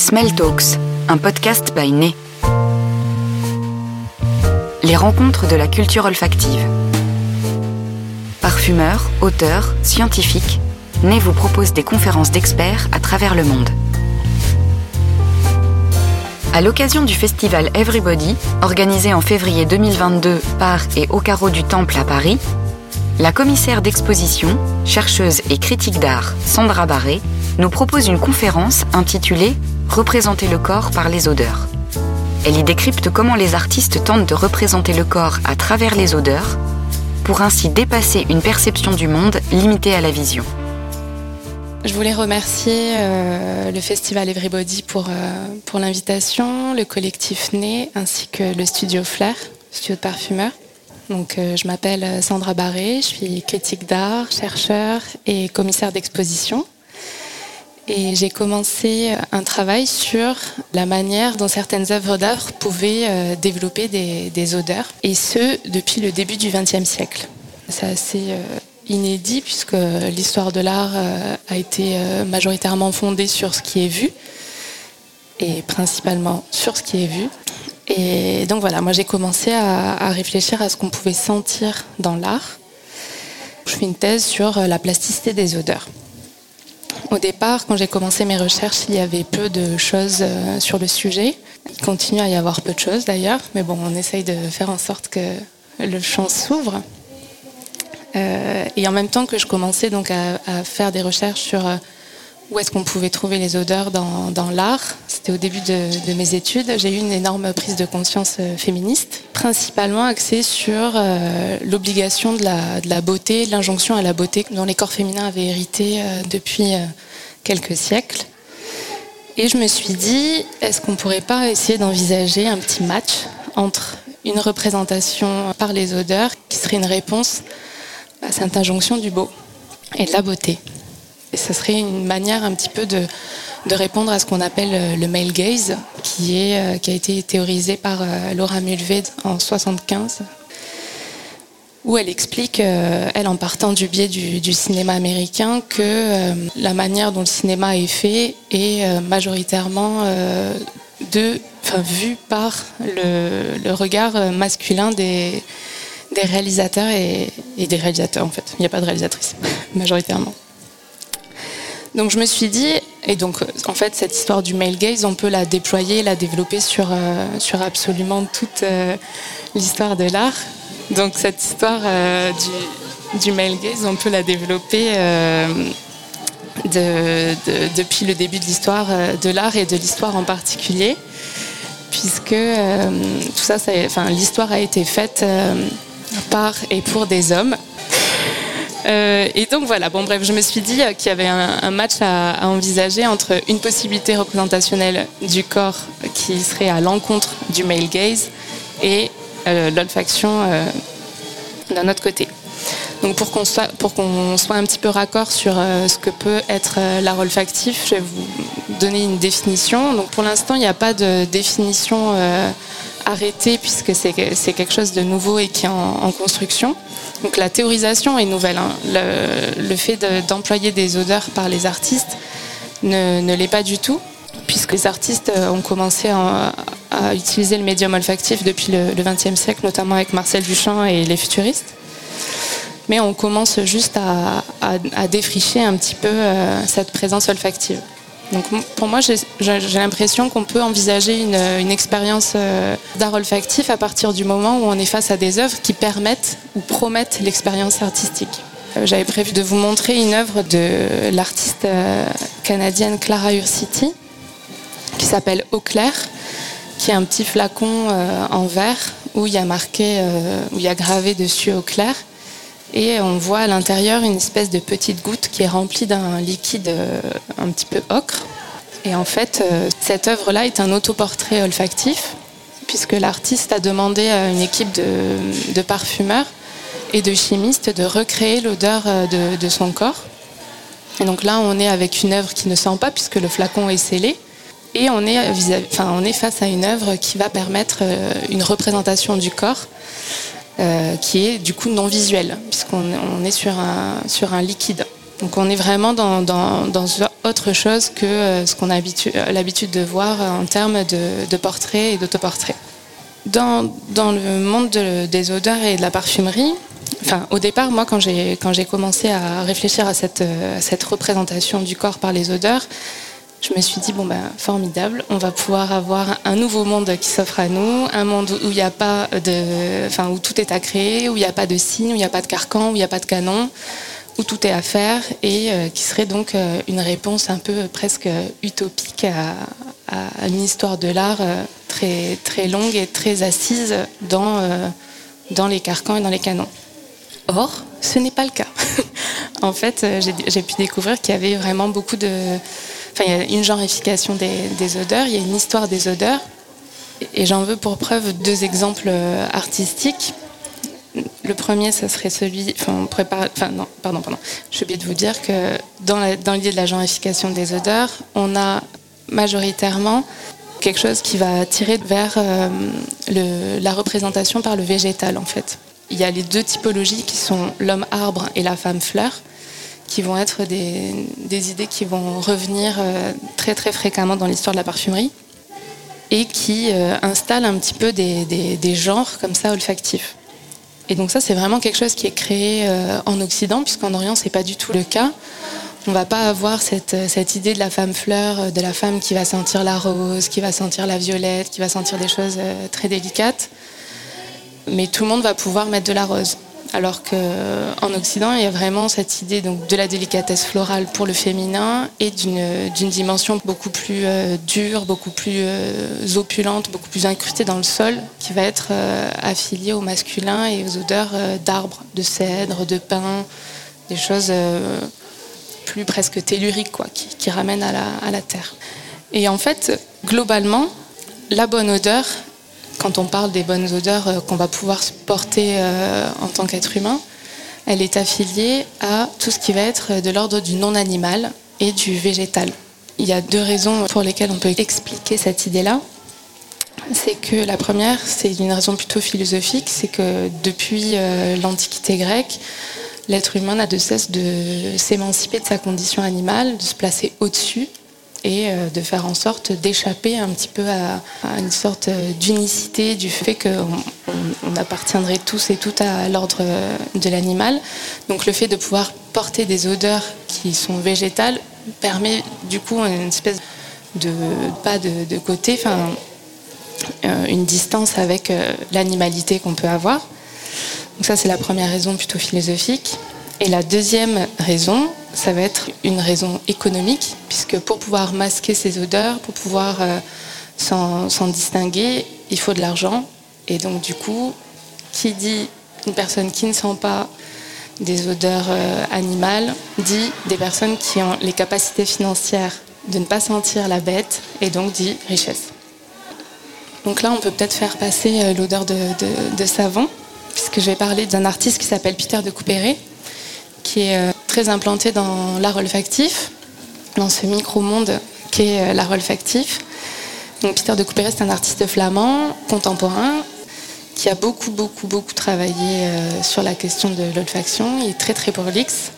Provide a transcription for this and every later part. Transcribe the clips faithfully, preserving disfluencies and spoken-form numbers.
Smell Talks, un podcast by Né. Les rencontres de la culture olfactive. Parfumeurs, auteurs, scientifiques, Né vous propose des conférences d'experts à travers le monde. À l'occasion du festival Everybody, organisé en février deux mille vingt-deux par et au Carreau du Temple à Paris, la commissaire d'exposition, chercheuse et critique d'art Sandra Barré nous propose une conférence intitulée « Représenter le corps par les odeurs ». Elle y décrypte comment les artistes tentent de représenter le corps à travers les odeurs pour ainsi dépasser une perception du monde limitée à la vision. Je voulais remercier euh, le festival Everybody pour, euh, pour l'invitation, le collectif Né ainsi que le studio Flair, studio de parfumeurs. Donc, euh, je m'appelle Sandra Barré, je suis critique d'art, chercheur et commissaire d'exposition. Et j'ai commencé un travail sur la manière dont certaines œuvres d'art pouvaient euh, développer des, des odeurs, et ce, depuis le début du vingtième siècle. C'est assez euh, inédit puisque l'histoire de l'art euh, a été euh, majoritairement fondée sur ce qui est vu, et principalement sur ce qui est vu. Et donc voilà, moi j'ai commencé à, à réfléchir à ce qu'on pouvait sentir dans l'art. Je fais une thèse sur la plasticité des odeurs. Au départ, quand j'ai commencé mes recherches, il y avait peu de choses euh, sur le sujet. Il continue à y avoir peu de choses d'ailleurs, mais bon, on essaye de faire en sorte que le champ s'ouvre. Euh, et en même temps que je commençais donc à, à faire des recherches sur euh, où est-ce qu'on pouvait trouver les odeurs dans, dans l'art, c'était au début de, de mes études, j'ai eu une énorme prise de conscience euh, féministe, principalement axée sur euh, l'obligation de la, de la beauté, de l'injonction à la beauté dont les corps féminins avaient hérité euh, depuis euh, quelques siècles. Et je me suis dit, est-ce qu'on ne pourrait pas essayer d'envisager un petit match entre une représentation par les odeurs qui serait une réponse à cette injonction du beau et de la beauté. Et ce serait une manière un petit peu de, de répondre à ce qu'on appelle le male gaze, qui, est, qui a été théorisé par Laura Mulvey en soixante-quinze, où elle explique, elle en partant du biais du, du cinéma américain, que la manière dont le cinéma est fait est majoritairement de, enfin, vue par le, le regard masculin des, des réalisateurs et, et des réalisateurs en fait. Il n'y a pas de réalisatrice, majoritairement. Donc je me suis dit, et donc en fait cette histoire du male gaze, on peut la déployer, la développer sur, euh, sur absolument toute euh, l'histoire de l'art. Donc cette histoire euh, du, du male gaze, on peut la développer euh, de, de, depuis le début de l'histoire euh, de l'art et de l'histoire en particulier, puisque euh, tout ça, ça enfin, l'histoire a été faite euh, par et pour des hommes. Euh, et donc voilà, bon bref, je me suis dit qu'il y avait un, un match à, à envisager entre une possibilité représentationnelle du corps qui serait à l'encontre du male gaze et euh, l'olfaction euh, d'un autre côté. Donc pour qu'on soit, pour qu'on soit un petit peu raccord sur euh, ce que peut être euh, l'art olfactif, je vais vous donner une définition. Donc pour l'instant, il n'y a pas de définition euh, arrêtée puisque c'est, c'est quelque chose de nouveau et qui est en, en construction. Donc la théorisation est nouvelle. Hein. Le, le fait de, d'employer des odeurs par les artistes ne, ne l'est pas du tout, puisque les artistes ont commencé à, à utiliser le médium olfactif depuis le, le vingtième siècle, notamment avec Marcel Duchamp et les futuristes. Mais on commence juste à, à, à défricher un petit peu euh, cette présence olfactive. Donc pour moi, j'ai, j'ai l'impression qu'on peut envisager une, une expérience euh, d'art olfactif à partir du moment où on est face à des œuvres qui permettent ou promettent l'expérience artistique. Euh, j'avais prévu de vous montrer une œuvre de l'artiste euh, canadienne Clara Ursitti qui s'appelle Eau claire, qui est un petit flacon euh, en verre où il y a marqué, euh, où il y a gravé dessus Eau claire. Et on voit à l'intérieur une espèce de petite goutte qui est remplie d'un liquide un petit peu ocre. Et en fait, cette œuvre-là est un autoportrait olfactif, puisque l'artiste a demandé à une équipe de, de parfumeurs et de chimistes de recréer l'odeur de, de son corps. Et donc là, on est avec une œuvre qui ne sent pas, puisque le flacon est scellé. Et on est, enfin, on est face à une œuvre qui va permettre une représentation du corps Euh, qui est du coup non visuel, puisqu'on on est sur un, sur un liquide. Donc on est vraiment dans, dans, dans autre chose que euh, ce qu'on a habitu- l'habitude de voir en termes de, de portraits et d'autoportraits. Dans, dans le monde de, des odeurs et de la parfumerie, enfin, au départ, moi, quand j'ai, quand j'ai commencé à réfléchir à cette, à cette représentation du corps par les odeurs, je me suis dit, bon, ben, formidable, on va pouvoir avoir un nouveau monde qui s'offre à nous, un monde où il n'y a pas de, enfin, où tout est à créer, où il n'y a pas de signes, où il n'y a pas de carcan, où il n'y a pas de canon, où tout est à faire, et euh, qui serait donc euh, une réponse un peu presque utopique à, à une histoire de l'art euh, très, très longue et très assise dans, euh, dans les carcans et dans les canons. Or, ce n'est pas le cas. En fait, j'ai, j'ai pu découvrir qu'il y avait vraiment beaucoup de... Enfin, il y a une genrification des, des odeurs, il y a une histoire des odeurs, et j'en veux pour preuve deux exemples artistiques. Le premier, ça serait celui... Enfin, on prépare, enfin non, pardon, pardon. J'ai oublié de vous dire que dans, la, dans l'idée de la genrification des odeurs, on a majoritairement quelque chose qui va tirer vers euh, le, la représentation par le végétal, en fait. Il y a les deux typologies qui sont l'homme arbre et la femme fleur, qui vont être des, des idées qui vont revenir euh, très très fréquemment dans l'histoire de la parfumerie et qui euh, installent un petit peu des, des, des genres comme ça olfactifs. Et donc ça, c'est vraiment quelque chose qui est créé euh, en Occident, puisqu'en Orient, c'est pas du tout le cas. On va pas avoir cette, cette idée de la femme fleur, de la femme qui va sentir la rose, qui va sentir la violette, qui va sentir des choses euh, très délicates. Mais tout le monde va pouvoir mettre de la rose. Alors qu'en Occident, il y a vraiment cette idée donc, de la délicatesse florale pour le féminin et d'une, d'une dimension beaucoup plus euh, dure, beaucoup plus euh, opulente, beaucoup plus incrustée dans le sol, qui va être euh, affiliée au masculin et aux odeurs euh, d'arbres, de cèdre, de pin, des choses euh, plus presque telluriques, quoi, qui, qui ramènent à la, à la terre. Et en fait, globalement, la bonne odeur, quand on parle des bonnes odeurs qu'on va pouvoir porter euh, en tant qu'être humain, elle est affiliée à tout ce qui va être de l'ordre du non-animal et du végétal. Il y a deux raisons pour lesquelles on peut expliquer cette idée-là. C'est que la première, c'est une raison plutôt philosophique, c'est que depuis euh, l'Antiquité grecque, l'être humain n'a de cesse de s'émanciper de sa condition animale, de se placer au-dessus, et de faire en sorte d'échapper un petit peu à, à une sorte d'unicité du fait qu'on on, on appartiendrait tous et toutes à l'ordre de l'animal. Donc le fait de pouvoir porter des odeurs qui sont végétales permet du coup une espèce de pas de, de côté, enfin euh, une distance avec euh, l'animalité qu'on peut avoir. Donc ça, c'est la première raison plutôt philosophique. Et la deuxième raison, ça va être une raison économique, puisque pour pouvoir masquer ces odeurs, pour pouvoir euh, s'en, s'en distinguer, il faut de l'argent. Et donc du coup, qui dit une personne qui ne sent pas des odeurs euh, animales, dit des personnes qui ont les capacités financières de ne pas sentir la bête, et donc dit richesse. Donc là, on peut peut-être faire passer euh, l'odeur de, de, de savon, puisque je vais parler d'un artiste qui s'appelle Peter de Couperet, qui est euh, très implanté dans l'art olfactif, dans ce micro-monde qu'est euh, l'art olfactif. Donc, Peter de Couperet, c'est un artiste flamand, contemporain, qui a beaucoup, beaucoup, beaucoup travaillé euh, sur la question de l'olfaction. Il est très, très prolixe.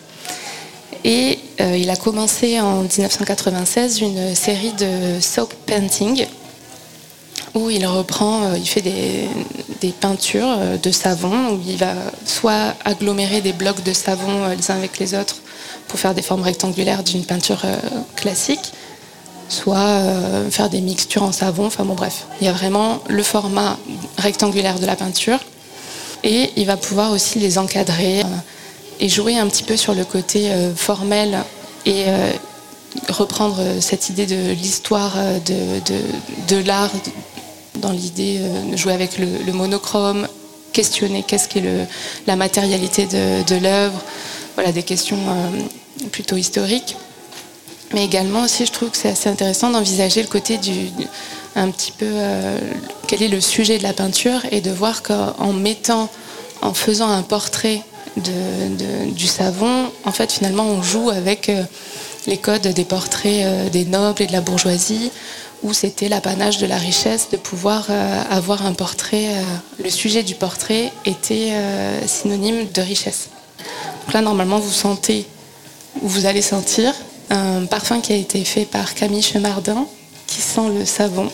Et euh, il a commencé en dix-neuf cent quatre-vingt-seize une série de soap painting, où il reprend, euh, il fait des, des peintures euh, de savon, où il va soit agglomérer des blocs de savon euh, les uns avec les autres pour faire des formes rectangulaires d'une peinture euh, classique, soit euh, faire des mixtures en savon, enfin bon bref. Il y a vraiment le format rectangulaire de la peinture, et il va pouvoir aussi les encadrer euh, et jouer un petit peu sur le côté euh, formel et euh, reprendre cette idée de l'histoire de, de, de l'art, dans l'idée de jouer avec le, le monochrome, questionner qu'est-ce qu'est le, la matérialité de, de l'œuvre, voilà, des questions euh, plutôt historiques. Mais également aussi, je trouve que c'est assez intéressant d'envisager le côté du, un petit peu, euh, quel est le sujet de la peinture, et de voir qu'en mettant, en faisant un portrait de, de, du savon, en fait, finalement, on joue avec euh, les codes des portraits euh, des nobles et de la bourgeoisie, où c'était l'apanage de la richesse de pouvoir euh, avoir un portrait. Euh, le sujet du portrait était euh, synonyme de richesse. Donc là, normalement, vous sentez, ou vous allez sentir, un parfum qui a été fait par Camille Chemardin, qui sent le savon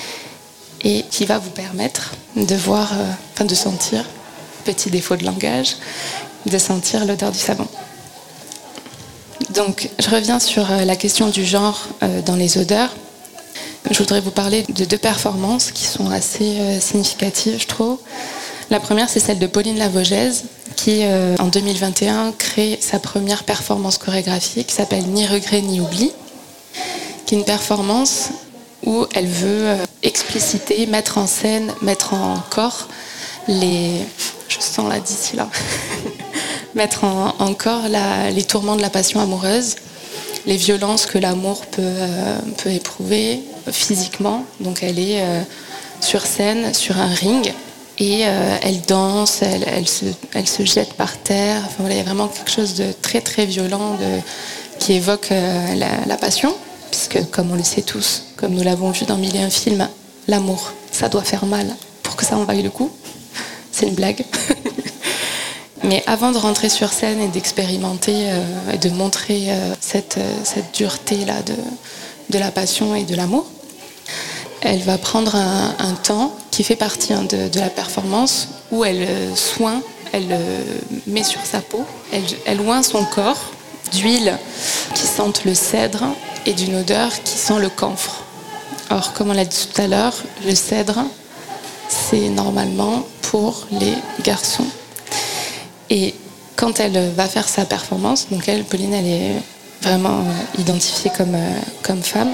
et qui va vous permettre de voir, euh, enfin de sentir, petit défaut de langage, de sentir l'odeur du savon. Donc, je reviens sur la question du genre euh, dans les odeurs. Je voudrais vous parler de deux performances qui sont assez euh, significatives, je trouve. La première, c'est celle de Pauline Lavogèse, qui, euh, en deux mille vingt et un, crée sa première performance chorégraphique qui s'appelle Ni regret ni oubli, qui est une performance où elle veut euh, expliciter, mettre en scène, mettre en corps les... Je sens là d'ici là. mettre en, en corps la, les tourments de la passion amoureuse, les violences que l'amour peut, euh, peut éprouver physiquement. Donc elle est euh, sur scène, sur un ring, et euh, elle danse, elle, elle, se, elle se jette par terre. Enfin, voilà, il y a vraiment quelque chose de très très violent de, qui évoque euh, la, la passion, puisque comme on le sait tous, comme nous l'avons vu dans mille et un films, l'amour, ça doit faire mal pour que ça en vaille le coup. C'est une blague. Mais avant de rentrer sur scène et d'expérimenter euh, et de montrer euh, cette, euh, cette dureté-là de, de la passion et de l'amour, elle va prendre un, un temps qui fait partie hein, de, de la performance où elle euh, soigne, elle euh, met sur sa peau, elle, elle oint son corps d'huile qui sente le cèdre et d'une odeur qui sent le camphre. Or, comme on l'a dit tout à l'heure, le cèdre, c'est normalement pour les garçons. Et quand elle va faire sa performance, donc elle, Pauline, elle est vraiment identifiée comme, comme femme.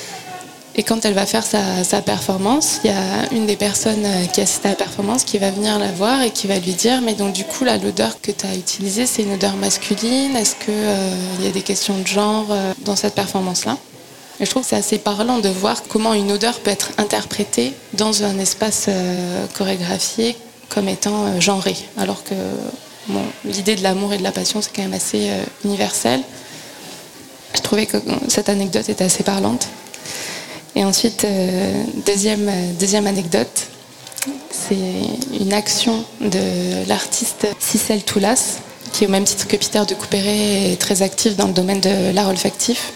Et quand elle va faire sa, sa performance, il y a une des personnes qui assiste à la performance qui va venir la voir et qui va lui dire « Mais donc du coup, là, l'odeur que tu as utilisée, c'est une odeur masculine. Est-ce qu'il euh, y a des questions de genre euh, dans cette performance-là » Et je trouve que c'est assez parlant de voir comment une odeur peut être interprétée dans un espace euh, chorégraphié comme étant euh, genré, alors que bon, l'idée de l'amour et de la passion, c'est quand même assez euh, universel. Je trouvais que cette anecdote était assez parlante. Et ensuite, euh, deuxième, euh, deuxième anecdote, c'est une action de l'artiste Cicely Toulas, qui, au même titre que Peter de Couperet, est très actif dans le domaine de l'art olfactif,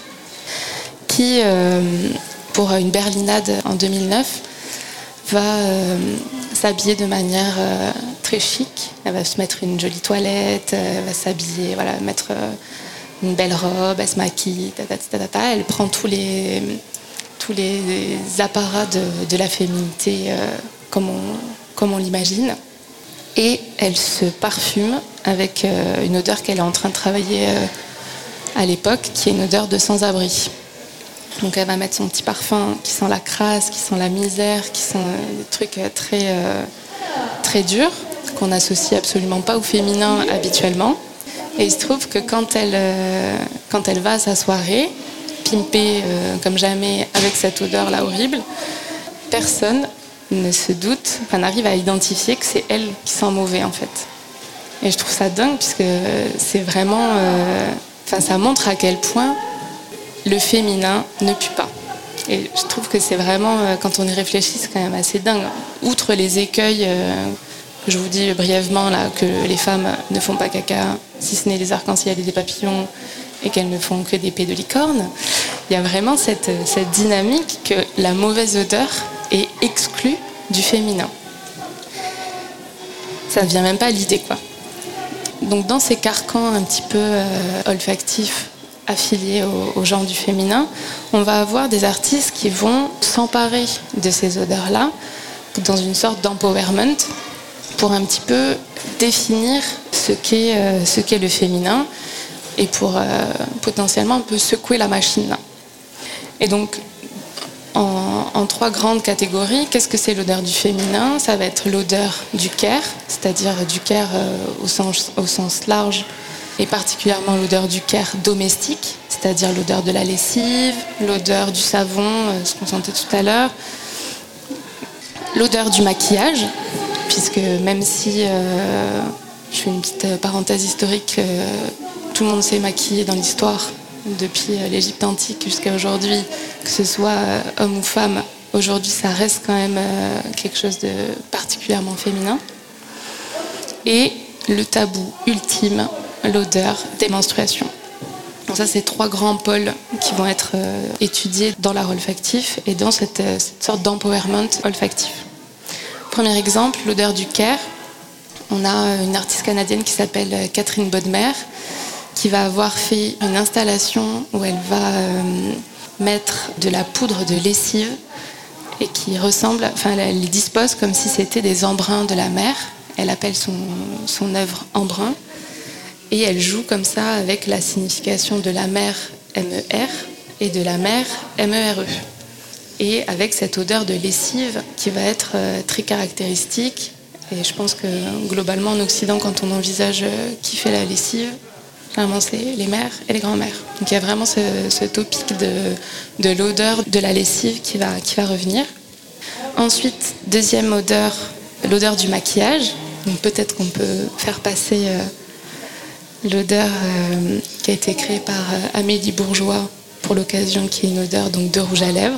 qui, euh, pour une berlinade en deux mille neuf, va euh, s'habiller de manière euh, très chic. Elle va se mettre une jolie toilette, elle va s'habiller, voilà, mettre euh, une belle robe, elle se maquille, tata, tata, tata. Elle prend tous les, tous les apparats de, de la féminité euh, comme on, comme on l'imagine. Et elle se parfume avec euh, une odeur qu'elle est en train de travailler euh, à l'époque, qui est une odeur de sans-abri. Donc elle va mettre son petit parfum qui sent la crasse, qui sent la misère, qui sent euh, des trucs euh, très, euh, très durs, qu'on n'associe absolument pas au féminin habituellement. Et il se trouve que quand elle, euh, quand elle va à sa soirée, pimpée euh, comme jamais avec cette odeur-là horrible, personne ne se doute, enfin n'arrive à identifier que c'est elle qui sent mauvais en fait. Et je trouve ça dingue puisque c'est vraiment... Euh, enfin ça montre à quel point le féminin ne pue pas. Et je trouve que c'est vraiment, quand on y réfléchit, c'est quand même assez dingue. Outre les écueils, euh, que je vous dis brièvement, là, que les femmes ne font pas caca, si ce n'est les arcs-en-ciel et des papillons, et qu'elles ne font que des pets de licorne, il y a vraiment cette, cette dynamique que la mauvaise odeur est exclue du féminin. Ça ne vient même pas à l'idée, quoi. Donc dans ces carcans un petit peu euh, olfactifs, affiliés au, au genre du féminin, on va avoir des artistes qui vont s'emparer de ces odeurs-là dans une sorte d'empowerment pour un petit peu définir ce qu'est, euh, ce qu'est le féminin et pour euh, potentiellement un peu secouer la machine là. Et donc en, en trois grandes catégories, qu'est-ce que c'est l'odeur du féminin ? Ça va être l'odeur du care, c'est-à-dire du care euh, au sens, au sens large, et particulièrement l'odeur du care domestique, c'est-à-dire l'odeur de la lessive, l'odeur du savon, ce qu'on sentait tout à l'heure, l'odeur du maquillage, puisque même si, euh, je fais une petite parenthèse historique, euh, tout le monde s'est maquillé dans l'histoire, depuis l'Égypte antique jusqu'à aujourd'hui, que ce soit euh, homme ou femme, aujourd'hui ça reste quand même euh, quelque chose de particulièrement féminin. Et le tabou ultime, l'odeur des menstruations. Donc ça, c'est trois grands pôles qui vont être euh, étudiés dans l'art olfactif et dans cette, euh, cette sorte d'empowerment olfactif. Premier exemple, l'odeur du Caire. On a une artiste canadienne qui s'appelle Catherine Bodmer qui va avoir fait une installation où elle va euh, mettre de la poudre de lessive et qui ressemble, enfin elle les dispose comme si c'était des embruns de la mer. Elle appelle son, son œuvre Embrun et elle joue comme ça avec la signification de la mer M E R et de la mer M E R E. Et avec cette odeur de lessive qui va être euh, très caractéristique. Et je pense que globalement en Occident, quand on envisage euh, qui fait la lessive, généralement c'est les mères et les grands-mères. Donc il y a vraiment ce, ce topic de, de l'odeur de la lessive qui va, qui va revenir. Ensuite, deuxième odeur, l'odeur du maquillage. Donc peut-être qu'on peut faire passer euh, l'odeur euh, qui a été créée par euh, Amélie Bourgeois pour l'occasion, qui est une odeur donc, de rouge à lèvres.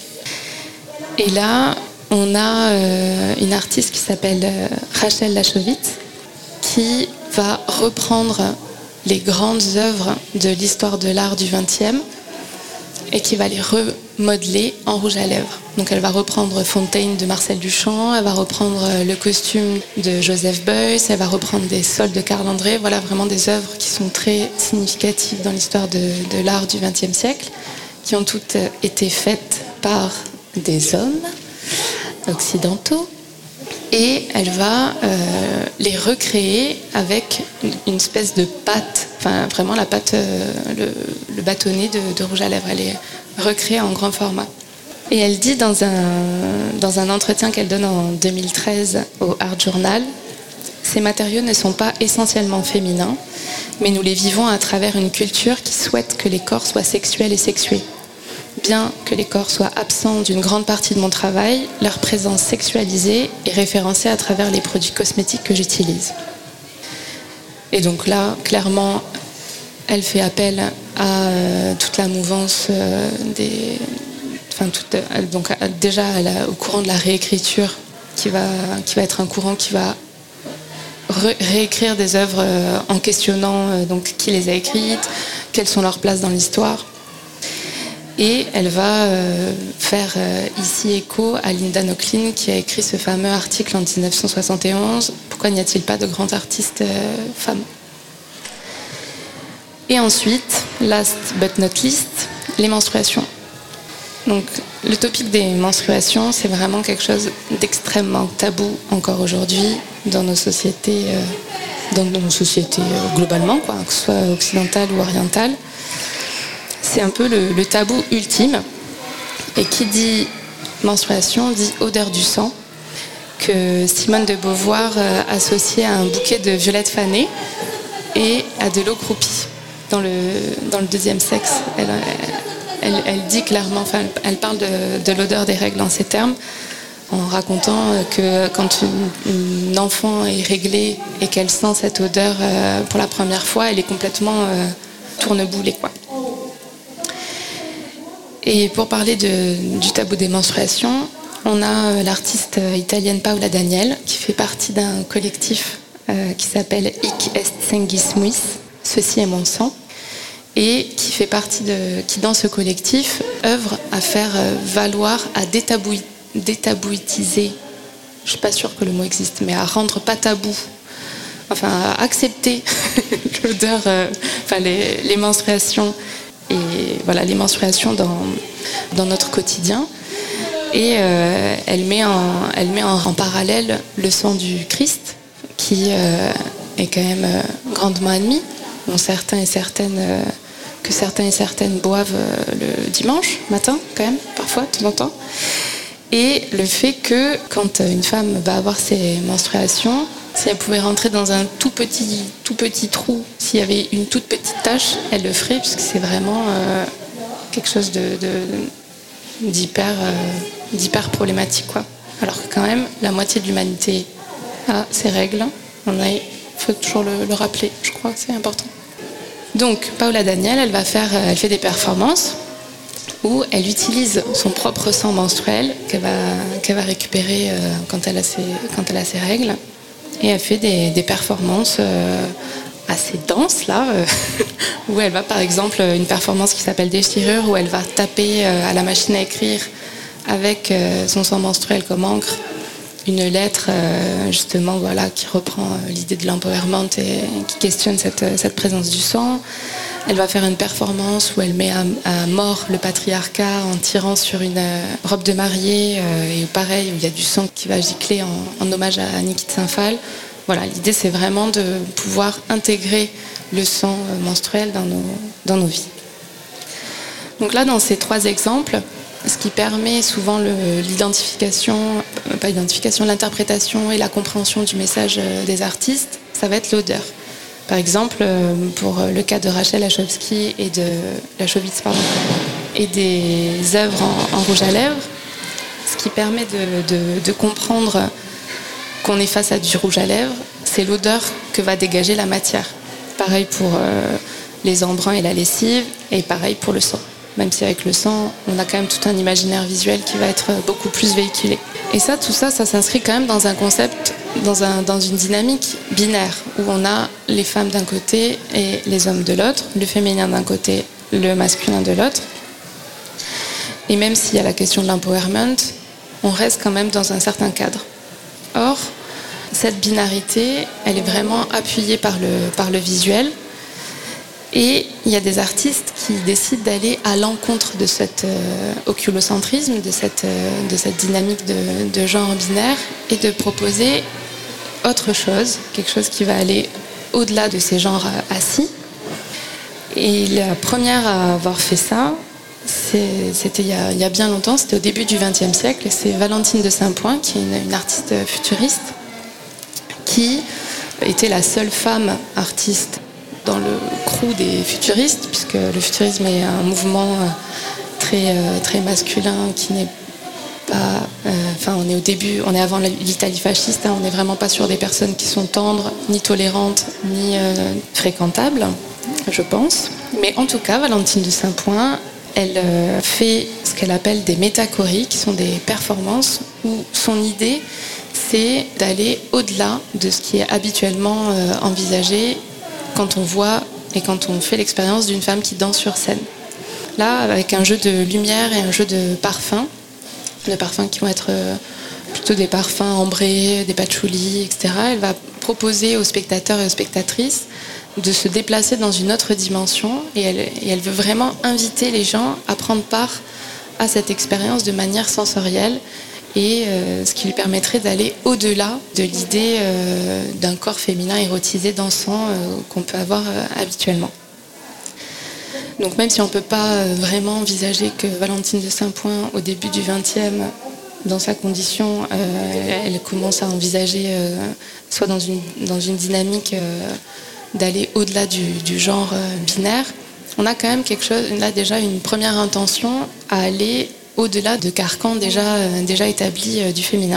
Et là, on a euh, une artiste qui s'appelle euh, Rachel Lachowitz qui va reprendre les grandes œuvres de l'histoire de l'art du vingtième et qui va les remodeler en rouge à lèvres. Donc elle va reprendre Fontaine de Marcel Duchamp, elle va reprendre le costume de Joseph Beuys, elle va reprendre des sols de Karl André. Voilà vraiment des œuvres qui sont très significatives dans l'histoire de, de l'art du vingtième siècle, qui ont toutes été faites par des hommes occidentaux. Et elle va euh, les recréer avec une espèce de pâte, enfin vraiment la pâte, euh, le, le bâtonnet de, de rouge à lèvres. Elle est recréée en grand format. Et elle dit dans un, dans un entretien qu'elle donne en deux mille treize au Art Journal, « Ces matériaux ne sont pas essentiellement féminins, mais nous les vivons à travers une culture qui souhaite que les corps soient sexuels et sexués. Bien que les corps soient absents d'une grande partie de mon travail, leur présence sexualisée est référencée à travers les produits cosmétiques que j'utilise. » Et donc là, clairement, elle fait appel à euh, toute la mouvance euh, des... Enfin, toute, donc, déjà à la, au courant de la réécriture, qui va, qui va être un courant qui va ré- réécrire des œuvres euh, en questionnant euh, donc, qui les a écrites, quelles sont leurs places dans l'histoire. Et elle va euh, faire euh, ici écho à Linda Nochlin qui a écrit ce fameux article en dix-neuf cent soixante et onze « Pourquoi n'y a-t-il pas de grandes artistes euh, femmes ?» Et ensuite, last but not least, les menstruations. Donc le topic des menstruations, c'est vraiment quelque chose d'extrêmement tabou encore aujourd'hui dans nos sociétés, euh, dans nos sociétés euh, globalement, quoi, que ce soit occidentales ou orientales. C'est un peu le, le tabou ultime. Et qui dit menstruation dit odeur du sang, que Simone de Beauvoir euh, associait à un bouquet de violettes fanées et à de l'eau croupie. Dans le, dans le deuxième sexe, elle, elle, elle dit clairement, enfin, elle parle de, de l'odeur des règles en ces termes, en racontant que quand une, une enfant est réglée et qu'elle sent cette odeur euh, pour la première fois, elle est complètement euh, tourneboulée, quoi. Et pour parler de, du tabou des menstruations, on a l'artiste italienne Paola Daniel, qui fait partie d'un collectif euh, qui s'appelle Hic est sanguis suis, ceci est mon sang, et qui fait partie de, qui dans ce collectif œuvre à faire valoir, à détabou, détabouitiser, je suis pas sûre que le mot existe, mais à rendre pas tabou, enfin à accepter l'odeur, euh, enfin les, les menstruations. Et voilà, les menstruations dans, dans notre quotidien. Et euh, elle met, en, elle met en, en parallèle le sang du Christ, qui euh, est quand même euh, grandement admis, dont certains et certaines, euh, que certains et certaines boivent euh, le dimanche matin, quand même, parfois, de temps en temps. Et le fait que quand une femme va avoir ses menstruations, si elle pouvait rentrer dans un tout petit, tout petit trou, s'il y avait une toute petite tache, elle le ferait, puisque c'est vraiment euh, quelque chose de, de, d'hyper, euh, d'hyper problématique, quoi. Alors que quand même, la moitié de l'humanité a ses règles. On a, faut toujours le, le rappeler, je crois que c'est important. Donc, Paola Daniel, elle va faire, elle fait des performances où elle utilise son propre sang menstruel qu'elle va, qu'elle va récupérer euh, quand elle a ses, quand elle a ses règles. Et elle fait des, des performances euh, à assez dense là, euh, où elle va par exemple une performance qui s'appelle Déchirure, où elle va taper euh, à la machine à écrire avec euh, son sang menstruel comme encre une lettre euh, justement voilà qui reprend euh, l'idée de l'empowerment et qui questionne cette, cette présence du sang. Elle va faire une performance où elle met à, à mort le patriarcat en tirant sur une euh, robe de mariée euh, et pareil où il y a du sang qui va gicler en, en hommage à Niki de Saint-Phal. Voilà, l'idée c'est vraiment de pouvoir intégrer le sang menstruel dans nos, dans nos vies. Donc là, dans ces trois exemples, ce qui permet souvent le, l'identification, pas l'identification, l'interprétation et la compréhension du message des artistes, ça va être l'odeur. Par exemple, pour le cas de Rachel Lachowski et de Lachowitz, pardon, et des œuvres en, en rouge à lèvres, ce qui permet de, de, de comprendre qu'on est face à du rouge à lèvres, c'est l'odeur que va dégager la matière. Pareil pour euh, les embruns et la lessive, et pareil pour le sang. Même si avec le sang, on a quand même tout un imaginaire visuel qui va être beaucoup plus véhiculé. Et ça, tout ça, ça s'inscrit quand même dans un concept, dans, un, dans une dynamique binaire, où on a les femmes d'un côté et les hommes de l'autre, le féminin d'un côté, le masculin de l'autre. Et même s'il y a la question de l'empowerment, on reste quand même dans un certain cadre. Or, cette binarité, elle est vraiment appuyée par le, par le visuel. Et il y a des artistes qui décident d'aller à l'encontre de cet euh, oculocentrisme, de cette, euh, de cette dynamique de, de genre binaire, et de proposer autre chose, quelque chose qui va aller au-delà de ces genres assis. Et la première à avoir fait ça, c'est, c'était il y, a, il y a bien longtemps, c'était au début du vingtième siècle, et c'est Valentine de Saint-Point, qui est une, une artiste futuriste, qui était la seule femme artiste dans le crew des futuristes, puisque le futurisme est un mouvement très, très masculin qui n'est pas... Euh, enfin, on est au début, on est avant l'Italie fasciste, hein, on n'est vraiment pas sur des personnes qui sont tendres, ni tolérantes, ni euh, fréquentables, je pense. Mais en tout cas, Valentine de Saint-Point, elle euh, fait ce qu'elle appelle des métachories, qui sont des performances où son idée, c'est d'aller au-delà de ce qui est habituellement euh, envisagé quand on voit et quand on fait l'expérience d'une femme qui danse sur scène. Là, avec un jeu de lumière et un jeu de parfums, de parfums qui vont être plutôt des parfums ambrés, des patchouli, et cetera, elle va proposer aux spectateurs et aux spectatrices de se déplacer dans une autre dimension et elle, et elle veut vraiment inviter les gens à prendre part à cette expérience de manière sensorielle et euh, ce qui lui permettrait d'aller au-delà de l'idée euh, d'un corps féminin érotisé, dansant euh, qu'on peut avoir euh, habituellement. Donc même si on ne peut pas euh, vraiment envisager que Valentine de Saint-Point, au début du vingtième, dans sa condition, euh, elle commence à envisager, euh, soit dans une, dans une dynamique euh, d'aller au-delà du, du genre euh, binaire, on a quand même quelque chose, là déjà une première intention à aller au-delà de carcans déjà, euh, déjà établis euh, du féminin.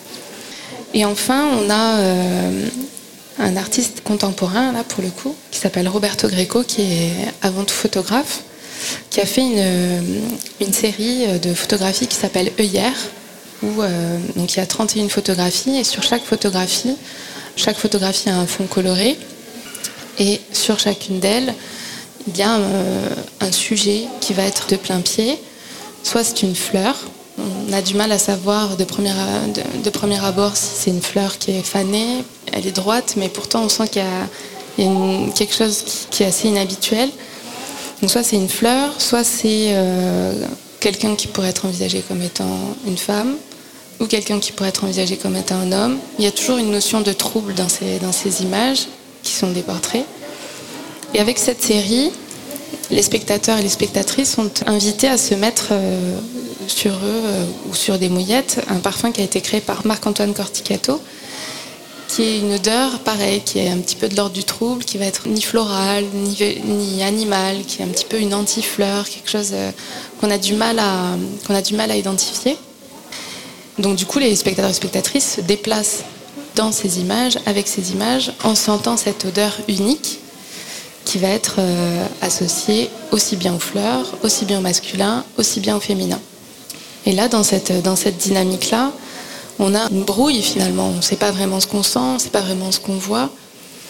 Et enfin, on a euh, un artiste contemporain, là pour le coup, qui s'appelle Roberto Greco, qui est avant tout photographe, qui a fait une, une série de photographies qui s'appelle Œillère, où euh, donc il y a trente et une photographies, et sur chaque photographie, chaque photographie a un fond coloré, et sur chacune d'elles, il y a euh, un sujet qui va être de plein pied. Soit c'est une fleur, on a du mal à savoir de premier, de, de premier abord si c'est une fleur qui est fanée, elle est droite, mais pourtant on sent qu'il y a, il y a une, quelque chose qui, qui est assez inhabituel. Donc soit c'est une fleur, soit c'est euh, quelqu'un qui pourrait être envisagé comme étant une femme, ou quelqu'un qui pourrait être envisagé comme étant un homme. Il y a toujours une notion de trouble dans ces, dans ces images, qui sont des portraits. Et avec cette série, les spectateurs et les spectatrices sont invités à se mettre euh, sur eux euh, ou sur des mouillettes un parfum qui a été créé par Marc-Antoine Corticato, qui est une odeur, pareil, qui est un petit peu de l'ordre du trouble, qui va être ni floral, ni, ni animal, qui est un petit peu une anti-fleur, quelque chose euh, qu'on a du mal à, qu'on a du mal à identifier. Donc du coup, les spectateurs et spectatrices se déplacent dans ces images, avec ces images, en sentant cette odeur unique, qui va être euh, associé aussi bien aux fleurs, aussi bien au masculin, aussi bien au féminin. Et là, dans cette, dans cette dynamique-là, on a une brouille finalement. On ne sait pas vraiment ce qu'on sent, on ne sait pas vraiment ce qu'on voit.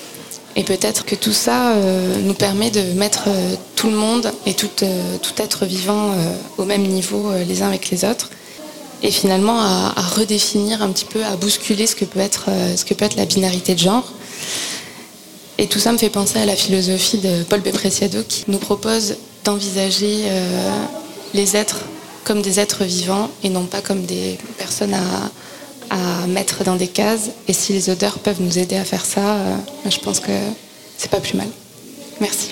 Et peut-être que tout ça euh, nous permet de mettre euh, tout le monde et tout, euh, tout être vivant euh, au même niveau euh, les uns avec les autres. Et finalement à, à redéfinir un petit peu, à bousculer ce que peut être, euh, ce que peut être la binarité de genre. Et tout ça me fait penser à la philosophie de Paul B. Preciado qui nous propose d'envisager euh, les êtres comme des êtres vivants et non pas comme des personnes à, à mettre dans des cases. Et si les odeurs peuvent nous aider à faire ça, euh, je pense que c'est pas plus mal. Merci.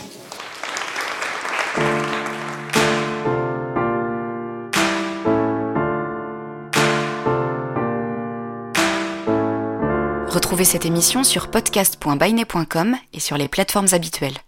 Retrouvez cette émission sur podcast point bainet point com et sur les plateformes habituelles.